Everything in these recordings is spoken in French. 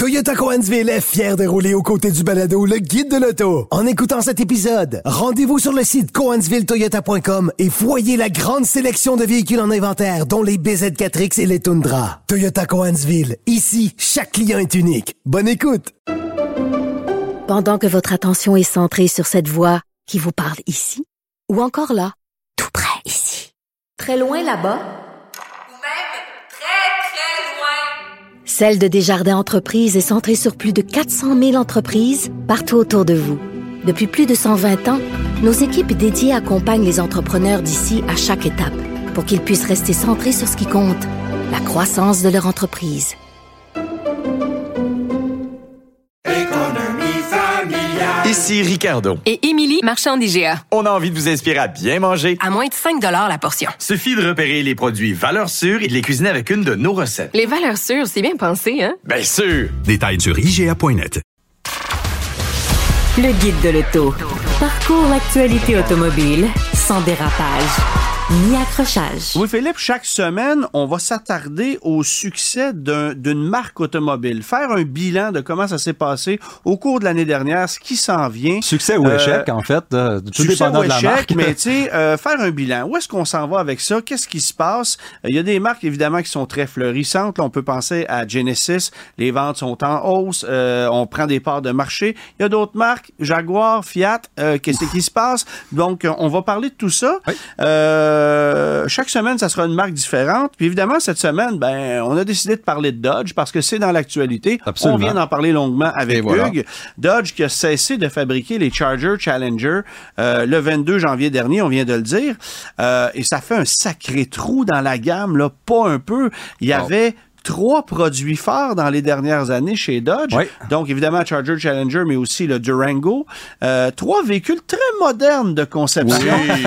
Toyota Cohensville est fier de rouler aux côtés du balado Le Guide de l'auto. En écoutant cet épisode, rendez-vous sur le site cohensvilletoyota.com et voyez la grande sélection de véhicules en inventaire, dont les BZ4X et les Tundra. Toyota Cohensville. Ici, chaque client est unique. Bonne écoute! Pendant que votre attention est centrée sur cette voix qui vous parle ici, ou encore là, tout près ici, très loin là-bas, ou même très, très loin. Celle de Desjardins Entreprises est centrée sur plus de 400 000 entreprises partout autour de vous. Depuis plus de 120 ans, nos équipes dédiées accompagnent les entrepreneurs d'ici à chaque étape pour qu'ils puissent rester centrés sur ce qui compte, la croissance de leur entreprise. Ici Ricardo. Et Émilie, marchand d'IGA. On a envie de vous inspirer à bien manger. À moins de 5 $ la portion. Suffit de repérer les produits valeurs sûres et de les cuisiner avec une de nos recettes. Les valeurs sûres, c'est bien pensé, hein? Bien sûr! Détails sur IGA.net. Le Guide de l'auto. Parcours l'actualité automobile sans dérapage ni accrochage. Oui, Philippe, chaque semaine, on va s'attarder au succès d'une marque automobile. Faire un bilan de comment ça s'est passé au cours de l'année dernière, ce qui s'en vient. Succès ou échec, en fait. Tout dépendant de la marque. Mais tu sais, faire un bilan. Où est-ce qu'on s'en va avec ça? Qu'est-ce qui se passe? Il y a des marques, évidemment, qui sont très florissantes. Là, on peut penser à Genesis. Les ventes sont en hausse. On prend des parts de marché. Il y a d'autres marques, Jaguar, Fiat. Qu'est-ce qui se passe? Donc, on va parler de tout ça. Oui. Chaque semaine, ça sera une marque différente. Puis évidemment, cette semaine, on a décidé de parler de Dodge parce que c'est dans l'actualité. Absolument. On vient d'en parler longuement avec Hugues. Dodge qui a cessé de fabriquer les Charger Challenger le 22 janvier dernier, on vient de le dire. Et ça fait un sacré trou dans la gamme, là, pas un peu. Il y avait 3 produits phares dans les dernières années chez Dodge. Oui. Donc, évidemment, Charger Challenger, mais aussi le Durango. 3 véhicules très modernes de conception.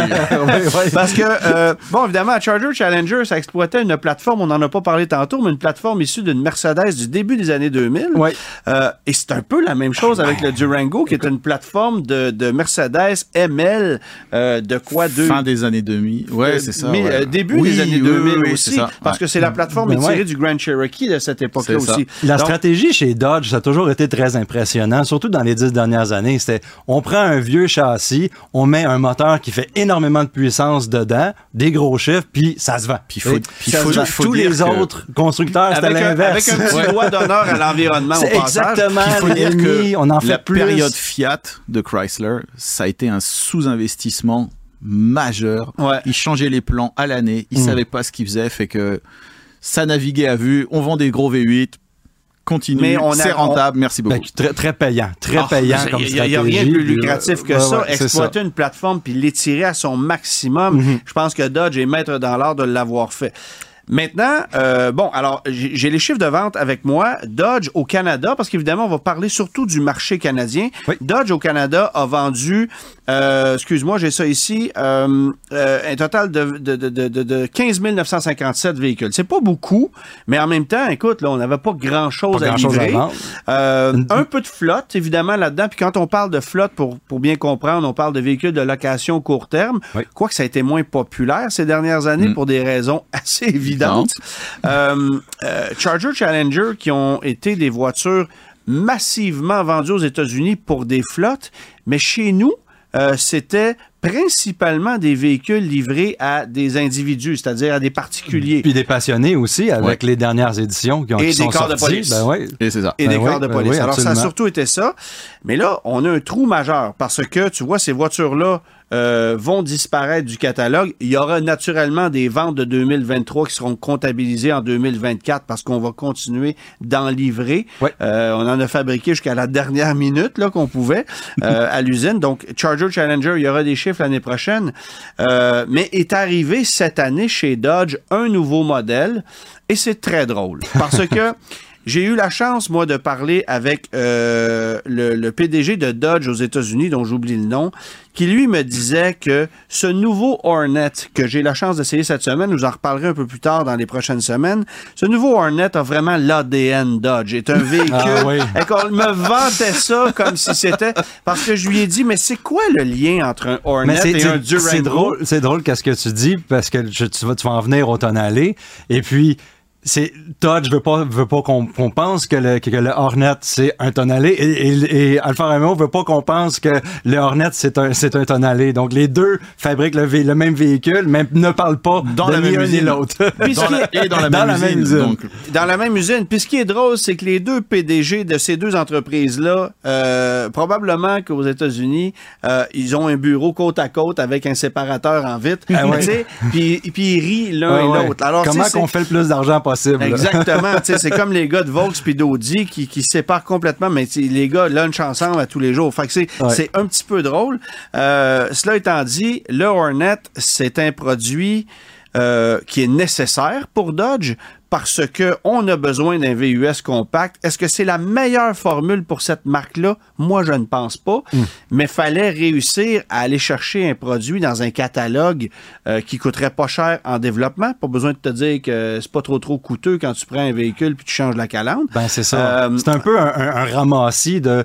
Oui. Parce que, évidemment, Charger Challenger, ça exploitait une plateforme, on n'en a pas parlé tantôt, mais une plateforme issue d'une Mercedes du début des années 2000. Oui. Et c'est un peu la même chose avec le Durango, qui est une plateforme de Mercedes ML de quoi? Fin des années 2000. Ouais, c'est ça. Mais, ouais. début des années 2000 oui, aussi. c'est ça. Parce que c'est la plateforme tirée du Grand Cherokee de cette époque-là C'est ça. aussi. La Donc, stratégie chez Dodge, ça a toujours été très impressionnant, surtout dans les 10 dernières années. C'était, on prend un vieux châssis, on met un moteur qui fait énormément de puissance dedans, des gros chiffres, puis ça se vend. Puis Tous les autres constructeurs, c'était l'inverse. avec un petit doigt d'honneur à l'environnement au C'est passage. exactement. Il faut dire que on en fait la plus. période Fiat de Chrysler, ça a été un sous-investissement majeur. Ouais. Ils changeaient les plans à l'année, ils savaient pas ce qu'ils faisaient, fait que ça naviguait à vue, on vend des gros V8, continue, Mais c'est rentable, merci beaucoup. Très, très payant. Très payant comme stratégie. Il n'y a rien de plus lucratif que ça. c'est Exploiter une plateforme puis l'étirer à son maximum. Je pense que Dodge est maître dans l'art de l'avoir fait. Maintenant, alors, j'ai les chiffres de vente avec moi. Dodge au Canada, parce qu'évidemment, on va parler surtout du marché canadien. Oui. Dodge au Canada a vendu, excuse-moi, j'ai ça ici, un total de 15 957 véhicules. C'est pas beaucoup, mais en même temps, écoute, là, on n'avait pas grand-chose à livrer. Un peu de flotte, évidemment, là-dedans. Puis quand on parle de flotte, pour bien comprendre, on parle de véhicules de location court terme. Oui. Quoique ça a été moins populaire ces dernières années pour des raisons assez évidentes. Charger Challenger qui ont été des voitures massivement vendues aux États-Unis pour des flottes, mais chez nous, c'était principalement des véhicules livrés à des individus, c'est-à-dire à des particuliers. Puis des passionnés aussi, avec les dernières éditions qui sont sorties. De police. Et c'est ça. Et des corps de police. Oui, alors, ça a absolument. surtout été ça. Mais là, on a un trou majeur parce que, tu vois, ces voitures-là vont disparaître du catalogue. Il y aura naturellement des ventes de 2023 qui seront comptabilisées en 2024 parce qu'on va continuer d'en livrer. Oui. On en a fabriqué jusqu'à la dernière minute là, qu'on pouvait à l'usine. Donc, Charger Challenger, il y aura des chiffres l'année prochaine. Mais est arrivé cette année chez Dodge un nouveau modèle et c'est très drôle parce que j'ai eu la chance, moi, de parler avec le PDG de Dodge aux États-Unis, dont j'oublie le nom, qui, lui, me disait que ce nouveau Hornet que j'ai la chance d'essayer cette semaine, nous en reparlerai un peu plus tard dans les prochaines semaines, ce nouveau Hornet a vraiment l'ADN Dodge. C'est un véhicule... On me vantait ça comme si c'était... Parce que je lui ai dit, mais c'est quoi le lien entre un Hornet et un Durango? C'est drôle qu'est-ce que tu dis, parce que tu vas en venir au tonalé. Et puis... Dodge veut pas qu'on pense que le Hornet c'est un tonallé et Alfa Romeo veut pas qu'on pense que le Hornet c'est un tonallé. Donc les deux fabriquent le même véhicule, mais ne parlent pas dans la même usine, l'autre. Dans la même usine. Donc. Dans la même usine. Puis ce qui est drôle, c'est que les deux PDG de ces deux entreprises-là, probablement qu'aux États-Unis, ils ont un bureau côte à côte avec un séparateur en vitre. Puis ils rient l'un et l'autre. Alors, comment qu'on fait le plus d'argent possible? Exactement. C'est comme les gars de Vaux puis d'Audi qui se séparent complètement, mais les gars lunchent ensemble à tous les jours. Fait que c'est un petit peu drôle. Cela étant dit, le Hornet, c'est un produit qui est nécessaire pour Dodge parce qu'on a besoin d'un VUS compact. Est-ce que c'est la meilleure formule pour cette marque-là? Moi, je ne pense pas. Mais il fallait réussir à aller chercher un produit dans un catalogue qui coûterait pas cher en développement. Pas besoin de te dire que c'est pas trop coûteux quand tu prends un véhicule puis tu changes la calandre. Ben, c'est ça. C'est un peu un ramassis de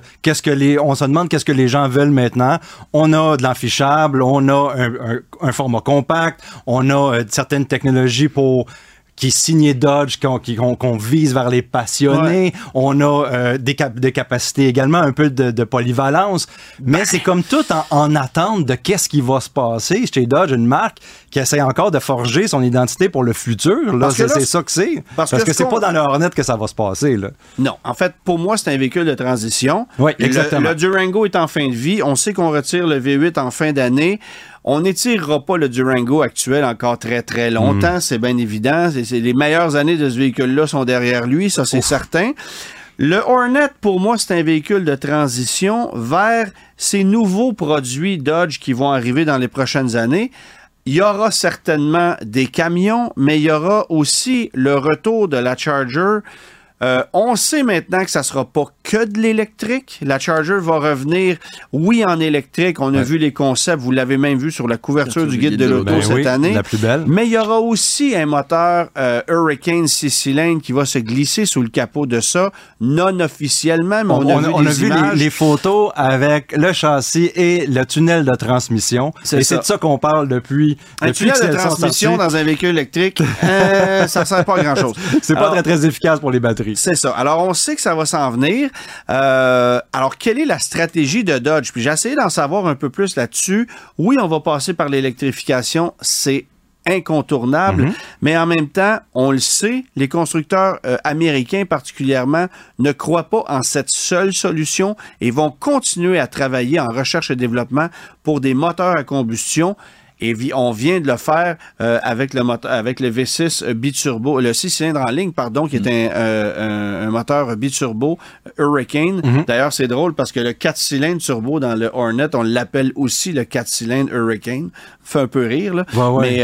on se demande qu'est-ce que les gens veulent maintenant. On a de l'affichable, on a un format compact, on a certaines technologies qui est signé Dodge, qu'on vise vers les passionnés. On a des capacités également, un peu de polyvalence. Mais c'est comme tout en attente de qu'est-ce qui va se passer chez Dodge, une marque qui essaie encore de forger son identité pour le futur. Là, c'est ça que c'est. Parce que c'est pas dans le Hornet que ça va se passer. Là. Non. En fait, pour moi, c'est un véhicule de transition. Oui, exactement. Le Durango est en fin de vie. On sait qu'on retire le V8 en fin d'année. On n'étirera pas le Durango actuel encore très, très longtemps, c'est bien évident. Les meilleures années de ce véhicule-là sont derrière lui, ça c'est certain. Le Hornet, pour moi, c'est un véhicule de transition vers ces nouveaux produits Dodge qui vont arriver dans les prochaines années. Il y aura certainement des camions, mais il y aura aussi le retour de la Charger. On sait maintenant que ça ne sera pas que de l'électrique. La Charger va revenir, oui, en électrique. On a vu les concepts. Vous l'avez même vu sur la couverture du guide de l'auto cette année. La plus belle. Mais il y aura aussi un moteur Hurricane 6 cylindres qui va se glisser sous le capot de ça, non officiellement, mais on a vu les photos avec le châssis et le tunnel de transmission. C'est de ça qu'on parle depuis tunnel de transmission dans un véhicule électrique, ça ne sert pas à grand-chose. C'est pas très efficace pour les batteries. C'est ça. Alors, on sait que ça va s'en venir. Alors, quelle est la stratégie de Dodge? Puis j'ai essayé d'en savoir un peu plus là-dessus. Oui, on va passer par l'électrification. C'est incontournable. Mais en même temps, on le sait, les constructeurs américains particulièrement ne croient pas en cette seule solution et vont continuer à travailler en recherche et développement pour des moteurs à combustion. Et on vient de le faire avec le V6 biturbo, le 6 cylindres en ligne, pardon, qui est un moteur biturbo Hurricane. D'ailleurs, c'est drôle parce que le 4 cylindres turbo dans le Hornet, on l'appelle aussi le 4 cylindres Hurricane. Fait un peu rire, là.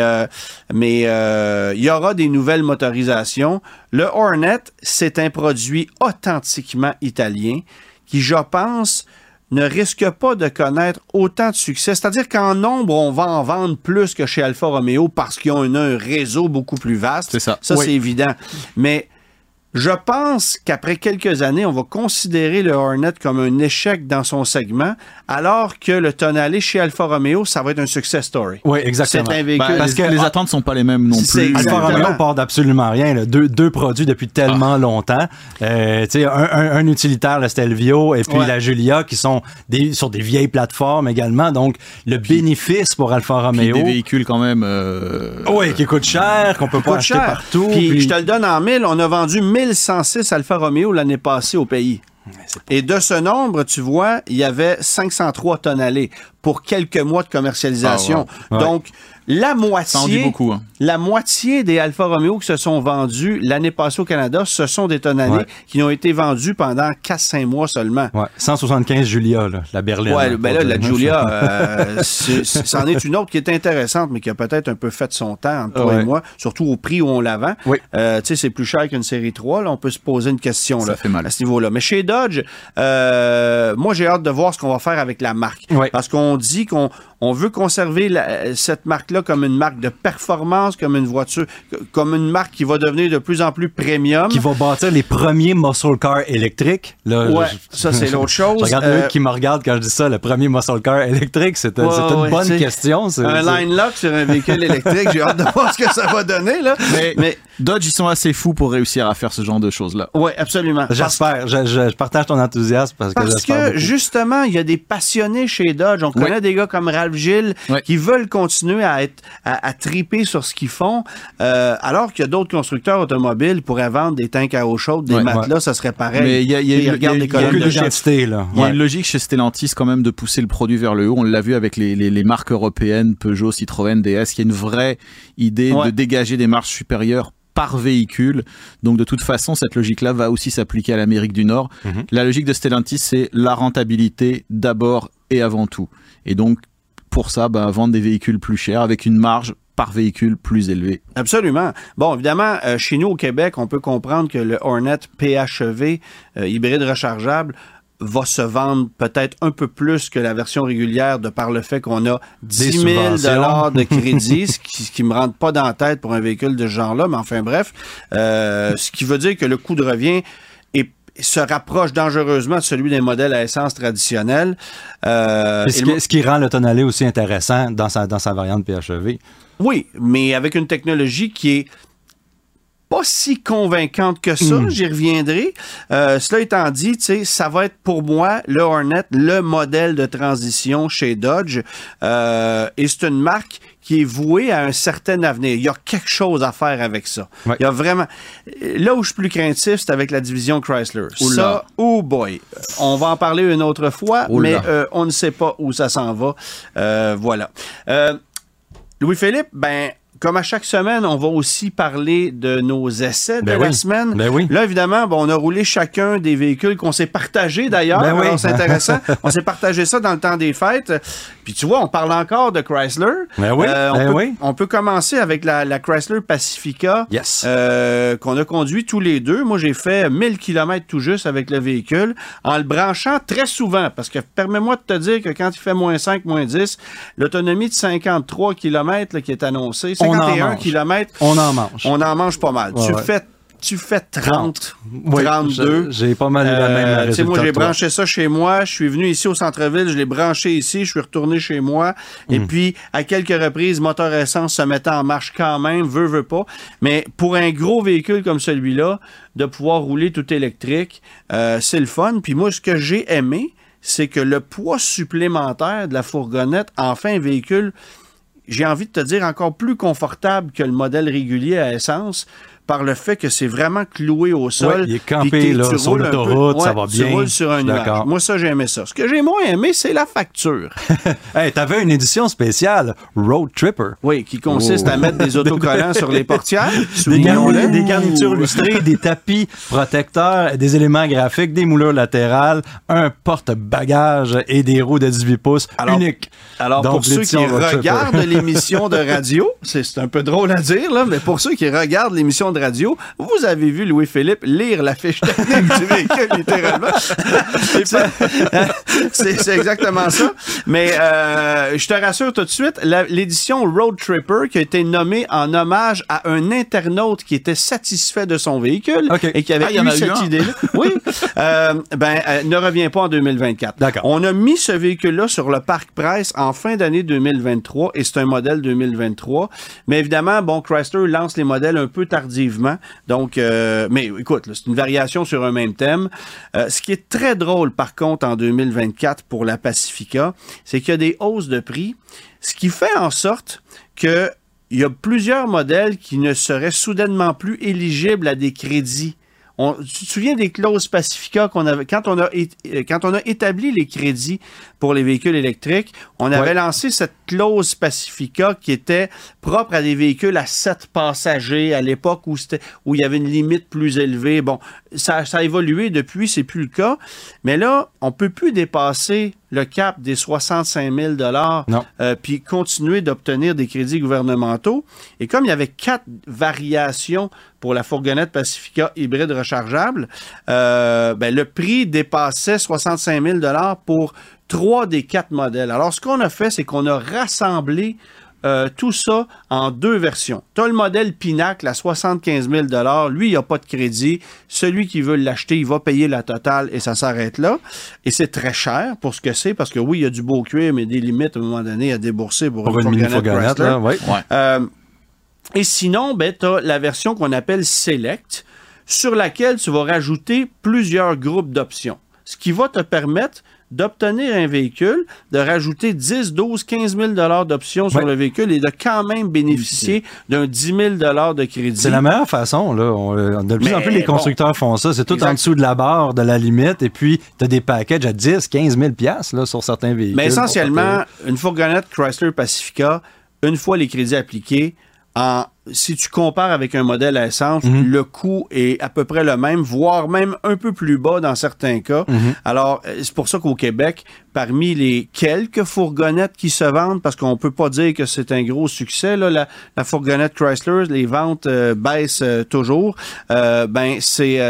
Mais il y aura des nouvelles motorisations. Le Hornet, c'est un produit authentiquement italien qui, je pense, ne risque pas de connaître autant de succès. C'est-à-dire qu'en nombre, on va en vendre plus que chez Alfa Romeo parce qu'ils ont un réseau beaucoup plus vaste. C'est ça. C'est évident. Mais je pense qu'après quelques années, on va considérer le Hornet comme un échec dans son segment, alors que le Tonale chez Alfa Romeo, ça va être un success story. Oui, exactement. C'est un véhicule. Parce que les attentes ne sont pas les mêmes non plus. Alfa Romeo part d'absolument rien. Là. Deux produits depuis tellement longtemps. Un utilitaire, le Stelvio, et puis la Giulia, qui sont sur des vieilles plateformes également. Donc, le bénéfice pour Alfa Romeo. Des véhicules quand même... Oui, qui coûtent cher, qu'on peut pas acheter partout. Puis je te le donne en 1000. On a vendu 1106 Alfa Romeo l'année passée au pays. Et de ce nombre, tu vois, il y avait 503 Tonale pour quelques mois de commercialisation. Donc, la moitié, ça en dit beaucoup, la moitié des Alfa Romeo qui se sont vendus l'année passée au Canada, ce sont des Tonale qui ont été vendus pendant 4-5 mois seulement. 175 Giulia, là, la berline. Oui, ben là, la Giulia, c'en est une autre qui est intéressante, mais qui a peut-être un peu fait son temps entre toi et moi, surtout au prix où on la vend. Tu sais, c'est plus cher qu'une série 3. Là, on peut se poser une question là, fait mal. à ce niveau-là. Mais chez Dodge, moi, j'ai hâte de voir ce qu'on va faire avec la marque. Parce qu'on dit qu'on On veut conserver cette marque-là comme une marque de performance, comme une voiture, comme une marque qui va devenir de plus en plus premium. Qui va bâtir les premiers muscle cars électriques. Là, ça, c'est l'autre chose. Je regarde eux qui me regardent quand je dis ça, le premier muscle car électrique, c'est une bonne question. Un line lock sur un véhicule électrique, j'ai hâte de voir ce que ça va donner. Là. Mais Dodge, ils sont assez fous pour réussir à faire ce genre de choses-là. Oui, absolument. J'espère. Je partage ton enthousiasme parce que justement, il y a des passionnés chez Dodge. On connaît des gars comme Ralph Gilles qui veulent continuer à triper sur ce qu'ils font, alors qu'il y a d'autres constructeurs automobiles qui pourraient vendre des tanks à eau chaude, des matelas, ça serait pareil. Mais il y a une logique chez Stellantis quand même de pousser le produit vers le haut. On l'a vu avec les marques européennes, Peugeot, Citroën, DS. Il y a une vraie idée de dégager des marges supérieures par véhicule. Donc, de toute façon, cette logique-là va aussi s'appliquer à l'Amérique du Nord. La logique de Stellantis, c'est la rentabilité d'abord et avant tout. Et donc, pour ça, vendre des véhicules plus chers avec une marge par véhicule plus élevée. Absolument. Bon, évidemment, chez nous au Québec, on peut comprendre que le Hornet PHEV hybride rechargeable va se vendre peut-être un peu plus que la version régulière de par le fait qu'on a 10 000 $ de crédit, ce qui me rentre pas dans la tête pour un véhicule de ce genre-là, mais enfin bref, ce qui veut dire que le coût de revient se rapproche dangereusement de celui des modèles à essence traditionnels. Ce qui rend le Tonale aussi intéressant dans sa variante PHEV. Oui, mais avec une technologie qui est pas si convaincante que ça, j'y reviendrai. Cela étant dit, ça va être pour moi, le Hornet, le modèle de transition chez Dodge. Et c'est une marque qui est vouée à un certain avenir. Il y a quelque chose à faire avec ça. Ouais. Il y a vraiment... Là où je suis plus craintif, c'est avec la division Chrysler. Oula. Ça, oh boy! On va en parler une autre fois, mais on ne sait pas où ça s'en va. Voilà. Louis-Philippe, comme à chaque semaine, on va aussi parler de nos essais de la semaine. Là, évidemment, on a roulé chacun des véhicules qu'on s'est partagés d'ailleurs. Alors, c'est intéressant. On s'est partagé ça dans le temps des fêtes. Puis tu vois, on parle encore de Chrysler. On peut commencer avec la Chrysler Pacifica qu'on a conduit tous les deux. Moi, j'ai fait 1000 km tout juste avec le véhicule en le branchant très souvent. Parce que permets-moi de te dire que quand il fait -5, -10, l'autonomie de 53 km qui est annoncée, 51 km. On en mange. On en mange pas mal. Tu fais 30, 32. J'ai pas mal eu la même résultat. Moi, j'ai branché ça chez moi. Je suis venu ici au centre-ville. Je l'ai branché ici. Je suis retourné chez moi. Et puis, à quelques reprises, moteur essence se mettait en marche quand même. Veut pas. Mais pour un gros véhicule comme celui-là, de pouvoir rouler tout électrique, c'est le fun. Puis moi, ce que j'ai aimé, c'est que le poids supplémentaire de la fourgonnette en fait un véhicule, j'ai envie de te dire, encore plus confortable que le modèle régulier à essence, par le fait que c'est vraiment cloué au sol. Il est campé là, sur l'autoroute, ça va bien. Tu roules sur un nuage. Moi, ça, j'ai aimé ça. Ce que j'ai moins aimé, c'est la facture. Hey, t'avais une édition spéciale, Road Tripper. Oui, qui consiste à mettre des autocollants sur les portières. Des garnitures illustrées, des tapis protecteurs, des éléments graphiques, des moulures latérales, un porte-bagages et des roues de 18 pouces uniques. Alors, donc, pour ceux qui regardent l'émission de radio, c'est un peu drôle à dire, là, mais pour ceux qui regardent l'émission de radio, vous avez vu Louis-Philippe lire la fiche technique du véhicule, littéralement. C'est exactement ça. Mais je te rassure tout de suite, l'édition Road Tripper qui a été nommée en hommage à un internaute qui était satisfait de son véhicule et qui avait eu cette idée-là. Oui. Ne revient pas en 2024. D'accord. On a mis ce véhicule-là sur le Parc Presse en fin d'année 2023 et c'est un modèle 2023. Mais évidemment, Chrysler lance les modèles un peu tardivement. Donc, mais écoute, là, c'est une variation sur un même thème. Ce qui est très drôle, par contre, en 2024 pour la Pacifica, c'est qu'il y a des hausses de prix, ce qui fait en sorte que il y a plusieurs modèles qui ne seraient soudainement plus éligibles à des crédits. Tu te souviens des clauses Pacifica qu'on avait quand on a établi les crédits pour les véhicules électriques, on avait lancé cette clause Pacifica qui était propre à des véhicules à 7 passagers à l'époque où il y avait une limite plus élevée. Bon, ça a évolué depuis, c'est plus le cas. Mais là, on peut plus dépasser le cap des 65 000 puis continuer d'obtenir des crédits gouvernementaux. Et comme il y avait 4 variations pour la fourgonnette Pacifica hybride rechargeable, le prix dépassait 65 000 pour 3 des 4 modèles. Alors, ce qu'on a fait, c'est qu'on a rassemblé tout ça en 2 versions. Tu as le modèle Pinacle à 75 000 lui, il n'y a pas de crédit. Celui qui veut l'acheter, il va payer la totale et ça s'arrête là. Et c'est très cher pour ce que c'est, parce que oui, il y a du beau cuir, mais des limites à un moment donné à débourser pour une mini-fourgonnette. Et sinon, tu as la version qu'on appelle Select, sur laquelle tu vas rajouter plusieurs groupes d'options. Ce qui va te permettre d'obtenir un véhicule, de rajouter 10, 12, 15 000 d'options sur le véhicule et de quand même bénéficier d'un 10 000 de crédit. C'est la meilleure façon, là. De plus en plus, les constructeurs font ça. C'est tout en dessous de la barre, de la limite, et puis tu as des packages à 10, 15 000 là, sur certains véhicules. Mais essentiellement, une fourgonnette Chrysler Pacifica, une fois les crédits appliqués, si tu compares avec un modèle à essence, le coût est à peu près le même, voire même un peu plus bas dans certains cas. Alors, c'est pour ça qu'au Québec, parmi les quelques fourgonnettes qui se vendent, parce qu'on peut pas dire que c'est un gros succès, là, la fourgonnette Chrysler, les ventes baissent toujours, c'est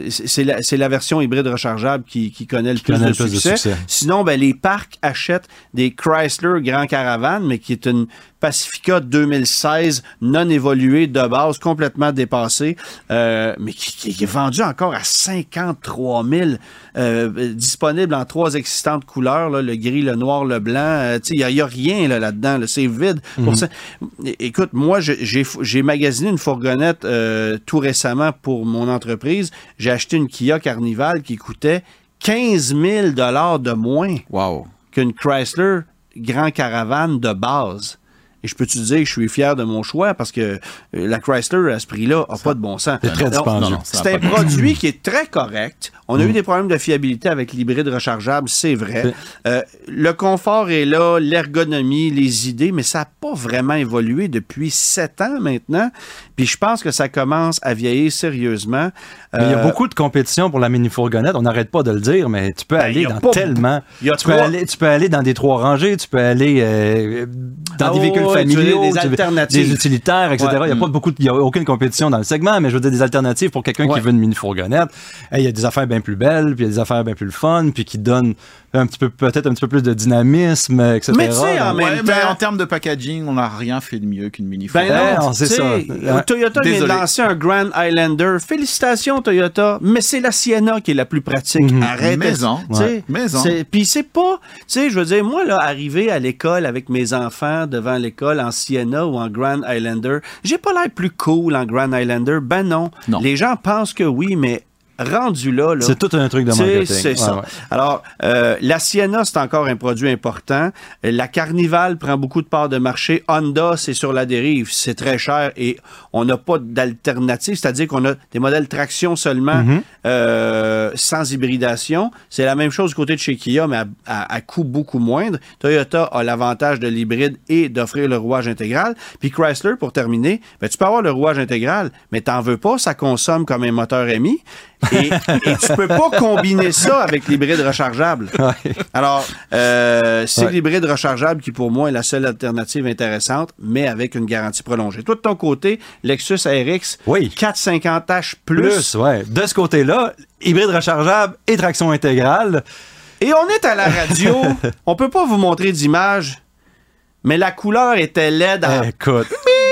la version hybride rechargeable qui connaît le plus de succès. Sinon, les parcs achètent des Chrysler Grand Caravan, mais qui est une Pacifica 2016 non évoluée de base, complètement dépassée, mais qui est vendue encore à 53 000, disponible en 3 existantes couleurs, là, le gris, le noir, le blanc. Il n'y a rien là-dedans, là, c'est vide. Pour ça. Écoute, moi, j'ai magasiné une fourgonnette tout récemment pour mon entreprise. J'ai acheté une Kia Carnival qui coûtait 15 000 de moins qu'une Chrysler Grand Caravan de base. Et je peux te dire que je suis fier de mon choix parce que la Chrysler, à ce prix-là, n'a pas de bon sens. C'est très dispendieux. C'est un produit qui est très correct. On a eu des problèmes de fiabilité avec l'hybride rechargeable, c'est vrai. Le confort est là, l'ergonomie, les idées, mais ça n'a pas vraiment évolué depuis 7 ans maintenant. Puis je pense que ça commence à vieillir sérieusement. Mais il y a beaucoup de compétition pour la mini-fourgonnette. On n'arrête pas de le dire, mais tu peux aller dans tellement... Tu peux aller dans des 3 rangées, tu peux aller dans des véhicules familiaux, des alternatives, des utilitaires, etc. Il n'y a aucune compétition dans le segment, mais je veux dire des alternatives pour quelqu'un qui veut une mini-fourgonnette. Il y a des affaires bien plus belles, puis il y a des affaires bien plus fun, puis qui donnent peut-être un petit peu plus de dynamisme, etc. Mais tu sais, en termes de packaging, on n'a rien fait de mieux qu'une mini-fourgonnette. Non, c'est ça. Toyota vient de lancer un Grand Highlander. Félicitations, Toyota, mais c'est la Sienna qui est la plus pratique. Arrête. Puis c'est pas... Tu sais, je veux dire, moi, là, arriver à l'école avec mes enfants devant l'école en Sienna ou en Grand Highlander, j'ai pas l'air plus cool en Grand Highlander. Ben non. Les gens pensent que oui, mais... rendu là, c'est tout un truc de marketing. C'est ça. Alors, la Sienna, c'est encore un produit important. La Carnival prend beaucoup de parts de marché. Honda, c'est sur la dérive. C'est très cher et on n'a pas d'alternative. C'est-à-dire qu'on a des modèles traction seulement sans hybridation. C'est la même chose du côté de chez Kia, mais à coût beaucoup moindre. Toyota a l'avantage de l'hybride et d'offrir le rouage intégral. Puis Chrysler, pour terminer, tu peux avoir le rouage intégral, mais t'en veux pas, ça consomme comme un moteur MI. Et tu peux pas combiner ça avec l'hybride rechargeable. Alors, c'est l'hybride rechargeable qui, pour moi, est la seule alternative intéressante, mais avec une garantie prolongée. Toi, de ton côté, Lexus RX 450H+. De ce côté-là, hybride rechargeable et traction intégrale. Et on est à la radio. On peut pas vous montrer d'image, mais la couleur était laide. Écoute...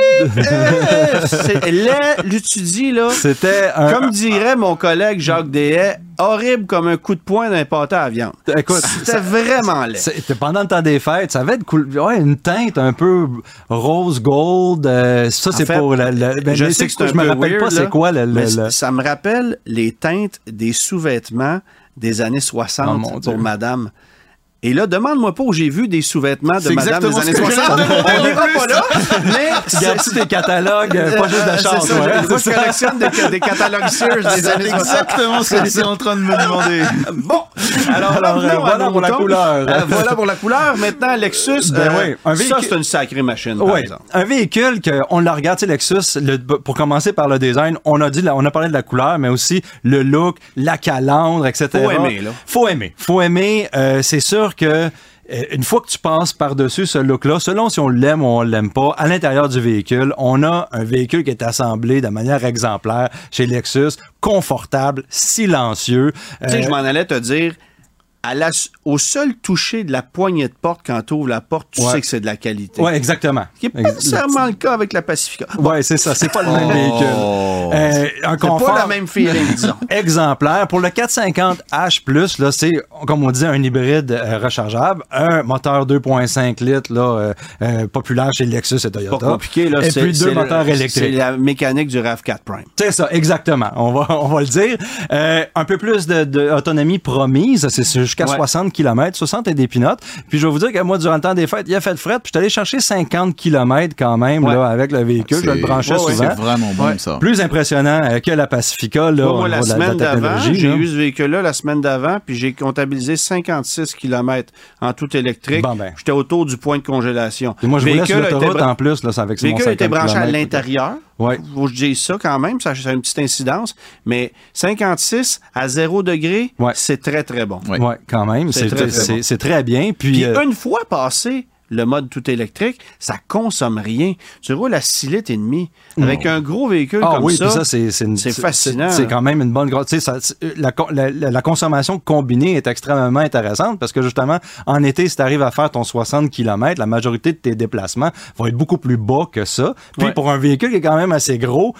c'est laid, tu dis, là. C'était comme dirait mon collègue Jacques Deshaies, horrible comme un coup de poing d'un pâté à viande. Écoute, c'était vraiment laid. Pendant le temps des fêtes, ça avait une teinte un peu rose gold. Ça, c'est pour je sais que je me rappelle pas c'est quoi ça me rappelle les teintes des sous-vêtements des années 60 pour madame. Et là, demande-moi pas où j'ai vu des sous-vêtements de madame des années 60. On n'ira pas là, mais... Tu gardes-tu tes catalogues, pas juste d'achat. Moi, je collectionne des catalogues Sears des années 60. Exactement ce que j'étais en train de me demander. Bon, alors voilà pour la couleur. Voilà pour la couleur. Maintenant, Lexus, ça, c'est une sacrée machine, par exemple. Un véhicule, on le regarde, Lexus, pour commencer par le design, on a parlé de la couleur, mais aussi le look, la calandre, etc. Faut aimer, là. Faut aimer. C'est sûr sûr que une fois que tu passes par-dessus ce look-là, selon si on l'aime ou on l'aime pas, à l'intérieur du véhicule, on a un véhicule qui est assemblé de manière exemplaire chez Lexus, confortable, silencieux. Tu sais, je m'en allais te dire, au seul toucher de la poignée de porte, quand tu ouvres la porte, tu sais que c'est de la qualité. Oui, exactement. Ce qui n'est pas nécessairement le cas avec la Pacifica. Oui, c'est ça. C'est pas le même véhicule. Un confort, c'est pas la même feeling, disons. Exemplaire. Pour le 450H+, là, c'est, comme on dit, un hybride rechargeable. Un moteur 2.5 litres, là, populaire chez Lexus et Toyota. Pas compliqué, là. Et puis deux moteurs électriques. C'est la mécanique du RAV4 Prime. C'est ça, exactement. On va le dire. Un peu plus d'autonomie promise. C'est jusqu'à 60 km, 60 et des pinottes. Puis je vais vous dire que moi, durant le temps des fêtes, il a fait de fret, puis je suis allé chercher 50 km quand même là, avec le véhicule. Je le branchais souvent. C'est vraiment bon, ça. Plus impressionnant que la Pacifica. Là, moi, la semaine d'avant, j'ai eu ce véhicule-là la semaine d'avant, puis j'ai comptabilisé 56 km en tout électrique. Bon, ben. J'étais autour du point de congélation. Et moi, je voulais sur l'autoroute en plus, là, avec le véhicule était branché à l'intérieur. Ouais. Faut que je dise ça quand même, ça a une petite incidence, mais 56 à 0 degré, c'est très, très bon. Oui, quand même, c'est très bien. Puis une fois passé le mode tout électrique, ça consomme rien. Tu roules à 6 litres et demi. Avec un gros véhicule comme ça, c'est fascinant. C'est quand même une bonne grosse... Tu sais, la consommation combinée est extrêmement intéressante parce que justement, en été, si tu arrives à faire ton 60 km, la majorité de tes déplacements vont être beaucoup plus bas que ça. Puis pour un véhicule qui est quand même assez gros,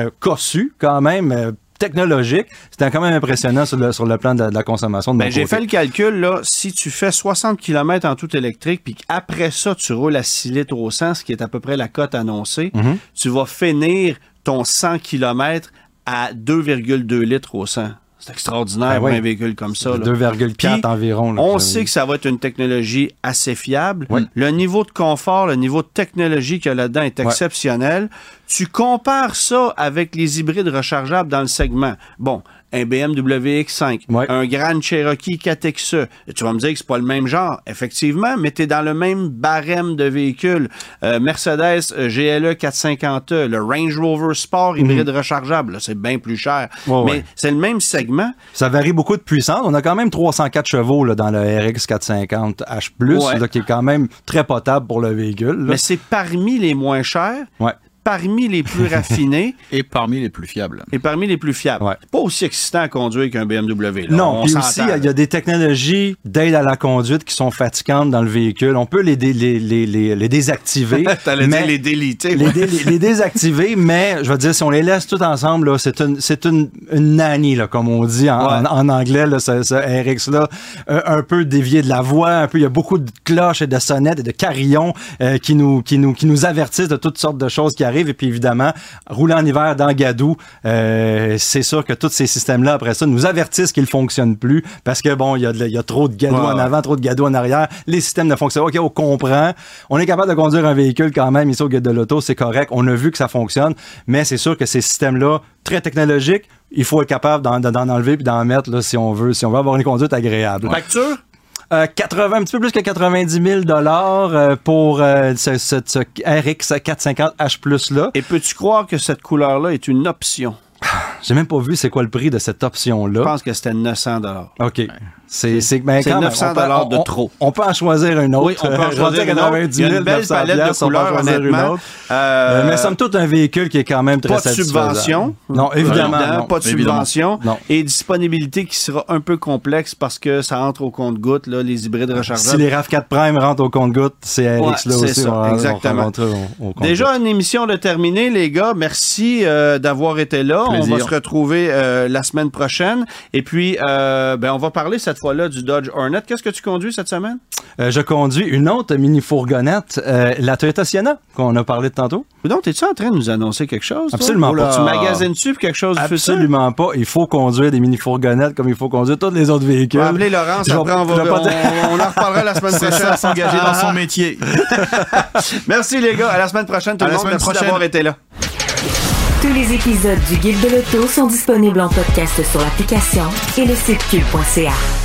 cossu quand même... technologique, c'était quand même impressionnant sur le plan de la consommation de mon côté. J'ai fait le calcul, là, si tu fais 60 km en tout électrique, puis qu'après ça, tu roules à 6 litres au 100, ce qui est à peu près la cote annoncée, tu vas finir ton 100 km à 2,2 litres au 100. C'est extraordinaire pour un véhicule comme ça. 2,4 environ. Là, on sait que ça va être une technologie assez fiable. Le niveau de confort, le niveau de technologie qu'il y a là-dedans est exceptionnel. Tu compares ça avec les hybrides rechargeables dans le segment. Bon, un BMW X5, un Grand Cherokee 4XE. Tu vas me dire que c'est pas le même genre, effectivement, mais tu es dans le même barème de véhicules. Mercedes GLE 450e, le Range Rover Sport hybride rechargeable, là, c'est bien plus cher. Mais c'est le même segment. Ça varie beaucoup de puissance. On a quand même 304 chevaux là, dans le RX 450H+, là, qui est quand même très potable pour le véhicule. Là. Mais c'est parmi les moins chers. Parmi les plus raffinés. Et parmi les plus fiables. Pas aussi excitant à conduire qu'un BMW. Là. Non, puis aussi, il y a des technologies d'aide à la conduite qui sont fatigantes dans le véhicule. On peut les désactiver. T'allais dire les déliter. Les désactiver, mais je veux dire, si on les laisse tout ensemble, là, c'est une nanny, là, comme on dit en anglais, là, ce RX-là. Un peu dévié de la voie, il y a beaucoup de cloches et de sonnettes et de carillons qui nous avertissent de toutes sortes de choses qui arrive. Et puis évidemment, rouler en hiver dans Gadou, c'est sûr que tous ces systèmes-là, après ça, nous avertissent qu'ils ne fonctionnent plus parce que bon, il y a trop de Gadou en avant, trop de Gadou en arrière. Les systèmes ne fonctionnent pas. OK, on comprend. On est capable de conduire un véhicule quand même ici au Guide de l'Auto, c'est correct. On a vu que ça fonctionne, mais c'est sûr que ces systèmes-là, très technologiques, il faut être capable d'en enlever puis d'en mettre là, si on veut avoir une conduite agréable. Facture? Un petit peu plus que 90 000 pour ce RX 450H+-là. Et peux-tu croire que cette couleur-là est une option? J'ai même pas vu c'est quoi le prix de cette option-là. Je pense que c'était 900 $. OK. C'est 900 $ de trop. On peut en choisir une autre. Oui, on peut en choisir une autre. Il y a une belle palette de couleurs, honnêtement. Mais somme toute, un véhicule qui est quand même très satisfaisant. Pas de subvention. Non, évidemment. Pas de subvention. Et disponibilité qui sera un peu complexe parce que ça entre au compte-gouttes, là, les hybrides rechargeables. Si les RAV4 Prime rentrent au compte-gouttes, c'est RX-là aussi. C'est ça, exactement. Déjà, une émission de terminée, les gars. Merci d'avoir été là. Plaisir. On va se retrouver la semaine prochaine. Et puis, on va parler cette fois-là du Dodge Hornet. Qu'est-ce que tu conduis cette semaine? Je conduis une autre mini-fourgonnette, la Toyota Sienna, qu'on a parlé de tantôt. Donc, es-tu en train de nous annoncer quelque chose? Absolument pas. Tu magasines-tu quelque chose? Absolument pas. Il faut conduire des mini-fourgonnettes comme il faut conduire tous les autres véhicules. On va appeler Laurence. Après, on en reparlera la semaine prochaine. Ça, s'engager dans son métier. Merci, les gars. À la semaine prochaine, tout le monde. Merci d'avoir été là. Tous les épisodes du Guide de l'Auto sont disponibles en podcast sur l'application et le site cube.ca.